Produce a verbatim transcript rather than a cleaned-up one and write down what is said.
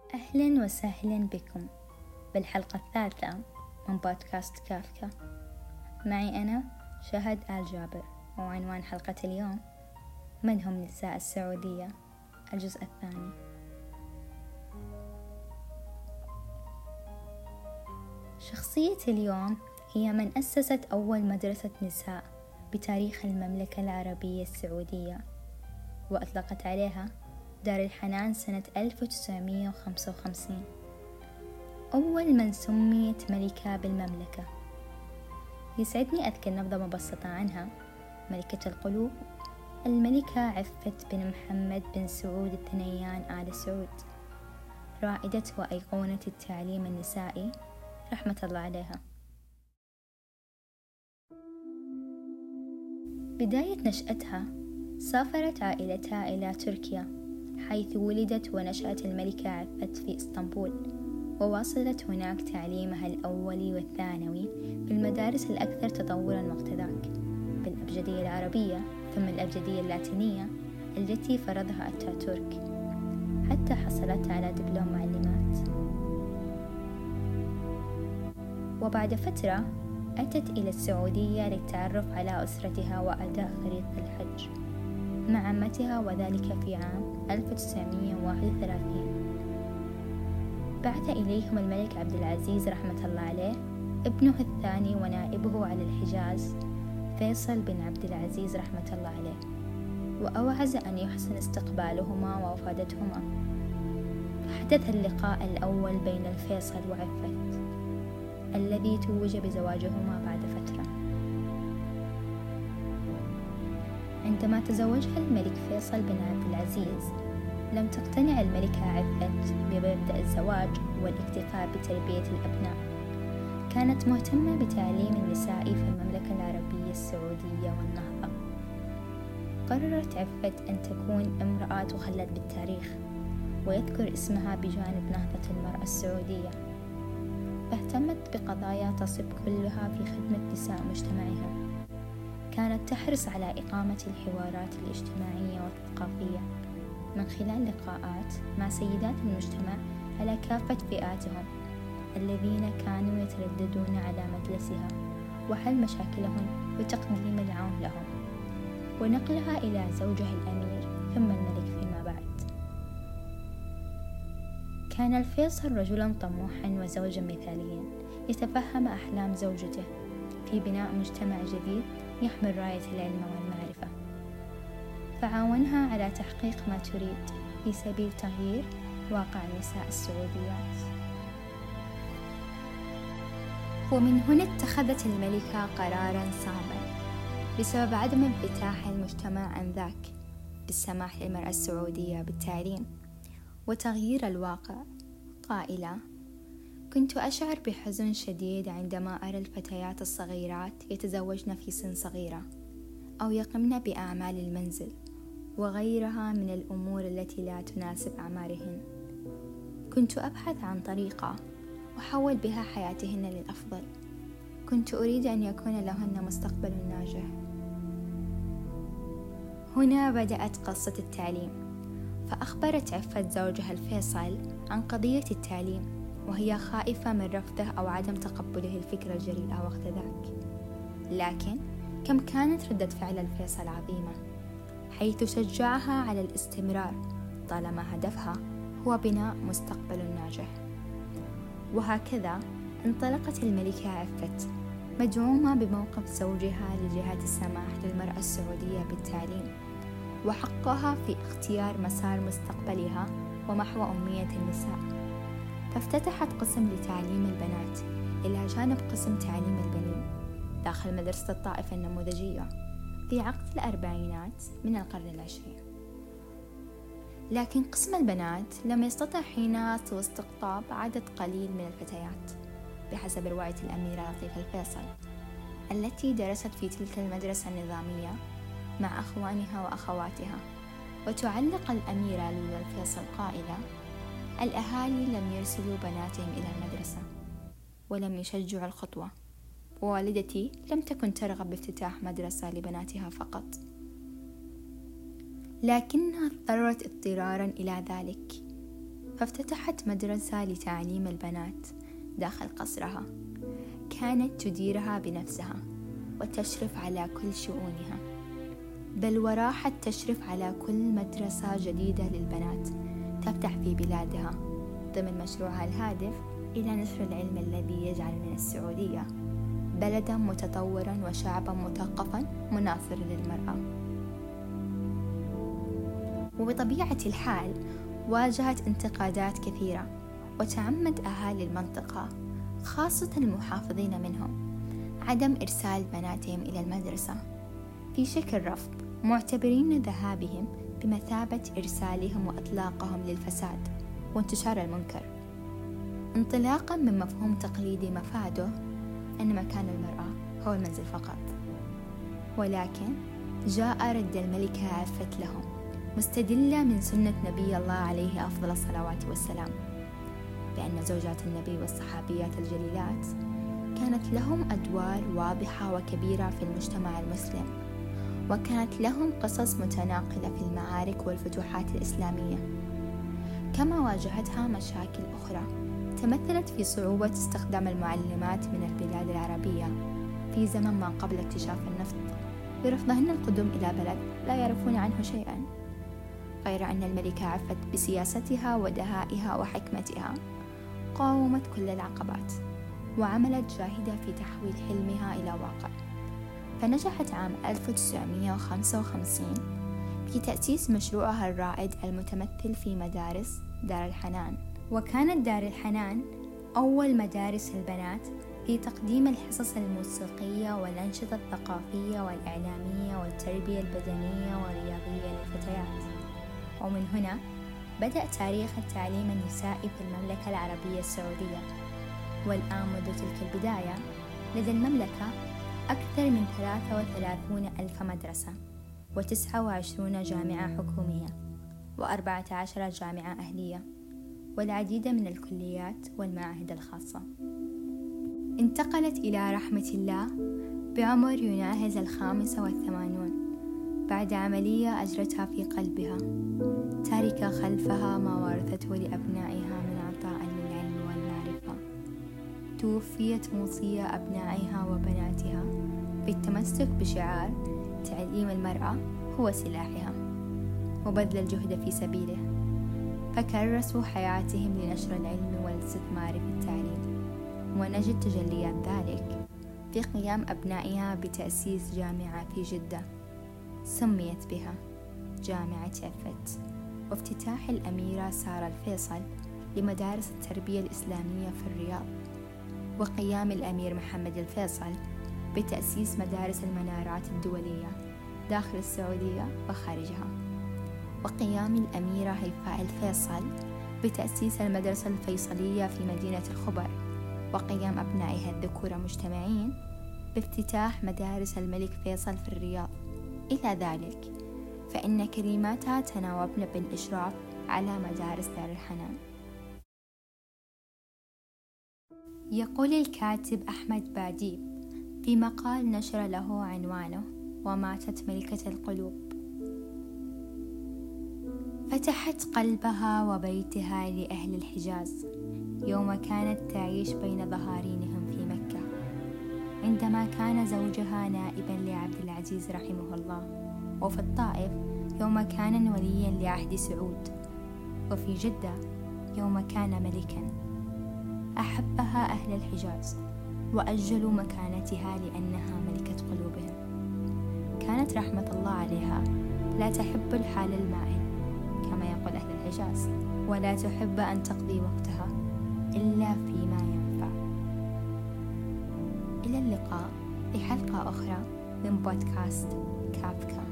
أهلا وسهلا بكم بالحلقة الثالثة من بودكاست كافكا. معي أنا شهد آل جابر، وعنوان حلقة اليوم من هم نساء السعودية، الجزء الثاني. شخصية اليوم هي من أسست أول مدرسة نساء بتاريخ المملكة العربية السعودية، وأطلقت عليها دار الحنان سنة ألف وتسعمائة وخمسة وخمسين. أول من سميت ملكة بالمملكة. يسعدني أذكر نبذة مبسطة عنها. ملكة القلوب الملكة عفت بن محمد بن سعود الثنيان آل سعود، رائدة وأيقونة التعليم النسائي رحمة الله عليها. بداية نشأتها، سافرت عائلتها إلى تركيا حيث ولدت ونشأت الملكة عفت في إسطنبول، وواصلت هناك تعليمها الأولي والثانوي في المدارس الأكثر تطوراً وقت ذاك، بالأبجدية العربية ثم الأبجدية اللاتينية التي فرضها أتاتورك، حتى حصلت على دبلوم معلمات. وبعد فترة أتت إلى السعودية للتعرف على أسرتها وأداء فريضة الحج مع عمتها، وذلك في عام ألف وتسعمائة وواحد وثلاثين. بعث إليهم الملك عبد العزيز رحمة الله عليه ابنه الثاني ونائبه على الحجاز فيصل بن عبد العزيز رحمة الله عليه، وأوعز أن يحسن استقبالهما ووفادتهما. حدث اللقاء الأول بين الفيصل وعفت الذي توج بزواجهما بعد فترة. عندما تزوجها الملك فيصل بن عبد العزيز، لم تقتنع الملكة عفت بمبدأ الزواج والاكتفاء بتربية الأبناء. كانت مهتمة بتعليم النساء في المملكة العربية السعودية والنهضة. قررت عفت أن تكون امرأة تخلد بالتاريخ ويذكر اسمها بجانب نهضة المرأة السعودية، فاهتمت بقضايا تصب كلها في خدمة نساء مجتمعها. كانت تحرص على إقامة الحوارات الاجتماعية والثقافية من خلال لقاءات مع سيدات المجتمع على كافة فئاتهم الذين كانوا يترددون على مجلسها، وحل مشاكلهم وتقديم العون لهم، ونقلها إلى زوجها الأمير ثم الملك فيما بعد. كان الفيصل رجلا طموحا وزوجا مثاليا يتفهم أحلام زوجته في بناء مجتمع جديد يحمل راية العلم والمعرفة، فعاونها على تحقيق ما تريد في سبيل تغيير واقع النساء السعوديات. ومن هنا اتخذت الملكة قراراً صعباً بسبب عدم انفتاح المجتمع آنذاك بالسماح للمرأة السعودية بالتعليم وتغيير الواقع، قائلة: كنت أشعر بحزن شديد عندما أرى الفتيات الصغيرات يتزوجن في سن صغيرة أو يقمن بأعمال المنزل وغيرها من الأمور التي لا تناسب أعمارهن. كنت أبحث عن طريقة أحول بها حياتهن للأفضل. كنت أريد أن يكون لهن مستقبل ناجح. هنا بدأت قصة التعليم، فأخبرت عفت زوجها الفيصل عن قضية التعليم، وهي خائفة من رفضه أو عدم تقبله الفكرة الجريئة وقت ذاك. لكن كم كانت ردة فعل الفيصل عظيمة، حيث شجعها على الاستمرار طالما هدفها هو بناء مستقبل ناجح. وهكذا انطلقت الملكة عفت مدعومة بموقف زوجها لجهة السماح للمرأة السعودية بالتعليم وحقها في اختيار مسار مستقبلها ومحو أمية النساء، فافتتحت قسم لتعليم البنات إلى جانب قسم تعليم البنين داخل مدرسة الطائف النموذجية في عقد الأربعينات من القرن العشرين. لكن قسم البنات لم يستطع حينها سوى استقطاب عدد قليل من الفتيات بحسب رواية الأميرة لطيفة الفيصل التي درست في تلك المدرسة النظامية مع أخوانها وأخواتها. وتعلق الأميرة لولا الفيصل قائلة: الأهالي لم يرسلوا بناتهم إلى المدرسة ولم يشجعوا الخطوة، ووالدتي لم تكن ترغب بافتتاح مدرسة لبناتها فقط، لكنها اضطرت اضطرارا إلى ذلك، فافتتحت مدرسة لتعليم البنات داخل قصرها، كانت تديرها بنفسها وتشرف على كل شؤونها، بل وراحت تشرف على كل مدرسة جديدة للبنات تفتح في بلادها ضمن مشروعها الهادف إلى نشر العلم الذي يجعل من السعودية بلدا متطورا وشعبا مثقفا مناصرا للمرأة. وبطبيعة الحال واجهت انتقادات كثيرة، وتعمد أهالي المنطقة خاصة المحافظين منهم عدم إرسال بناتهم إلى المدرسة في شكل رفض، معتبرين ذهابهم بمثابة إرسالهم وإطلاقهم للفساد وانتشار المنكر، انطلاقا من مفهوم تقليدي مفاده أن مكان المرأة هو المنزل فقط. ولكن جاء رد الملكة عفت لهم مستدلة من سنة نبي الله عليه أفضل الصلوات والسلام بأن زوجات النبي والصحابيات الجليلات كانت لهم أدوار واضحة وكبيرة في المجتمع المسلم، وكانت لهم قصص متناقلة في المعارك والفتوحات الإسلامية، كما واجهتها مشاكل أخرى تمثلت في صعوبة استخدام المعلمات من البلاد العربية في زمن ما قبل اكتشاف النفط، برفضهن القدوم إلى بلد لا يعرفون عنه شيئا، غير أن الملكة عفت بسياستها ودهائها وحكمتها قاومت كل العقبات وعملت جاهدة في تحويل حلمها إلى واقع. فنجحت عام ألف وتسعمائة وخمسة وخمسين في تأسيس مشروعها الرائد المتمثل في مدارس دار الحنان. وكانت دار الحنان أول مدارس البنات في تقديم الحصص الموسيقية والأنشطة الثقافية والإعلامية والتربية البدنية والرياضية للفتيات. ومن هنا بدأ تاريخ التعليم النسائي في المملكة العربية السعودية. والآن منذ تلك البداية لدى المملكة أكثر من ثلاثة وثلاثين ألف مدرسة وتسعة وعشرين جامعة حكومية وأربعة عشر جامعة أهلية والعديد من الكليات والمعاهد الخاصة. انتقلت إلى رحمة الله بعمر يناهز الخامسة والثمانون بعد عملية أجرتها في قلبها، تاركة خلفها ما ورثته لأبنائها من عطاء للعلم والمعرفة. توفيت موصية أبنائها وبناتها بالتمسك بشعار تعليم المرأة هو سلاحها، وبذل الجهد في سبيله، فكرسوا حياتهم لنشر العلم والاستثمار في التعليم. ونجد تجليات ذلك في قيام أبنائها بتأسيس جامعة في جدة سميت بها جامعة عفت، وافتتاح الأميرة سارة الفيصل لمدارس التربية الإسلامية في الرياض، وقيام الأمير محمد الفيصل بتأسيس مدارس المنارات الدولية داخل السعودية وخارجها، وقيام الأميرة هيفاء الفيصل بتأسيس المدرسة الفيصلية في مدينة الخبر، وقيام أبنائها الذكور مجتمعين بافتتاح مدارس الملك فيصل في الرياض. إلى ذلك فإن كلماتها تناوبن بالإشراف على مدارس دار الحنان. يقول الكاتب أحمد باديب في مقال نشر له عنوانه وماتت ملكة القلوب: فتحت قلبها وبيتها لأهل الحجاز يوم كانت تعيش بين ظهارينهم في مكة، عندما كان زوجها نائبا لعبد العزيز رحمه الله، وفي الطائف يوم كان وليا لعهد سعود، وفي جدة يوم كان ملكا. أحبها أهل الحجاز وأجلوا مكانتها لأنها ملكة قلوبهم. كانت رحمة الله عليها لا تحب الحال المائل كما يقول أهل الحجاز، ولا تحب أن تقضي وقتها إلا فيما ينفع. إلى اللقاء في حلقة أخرى من بودكاست كافكا.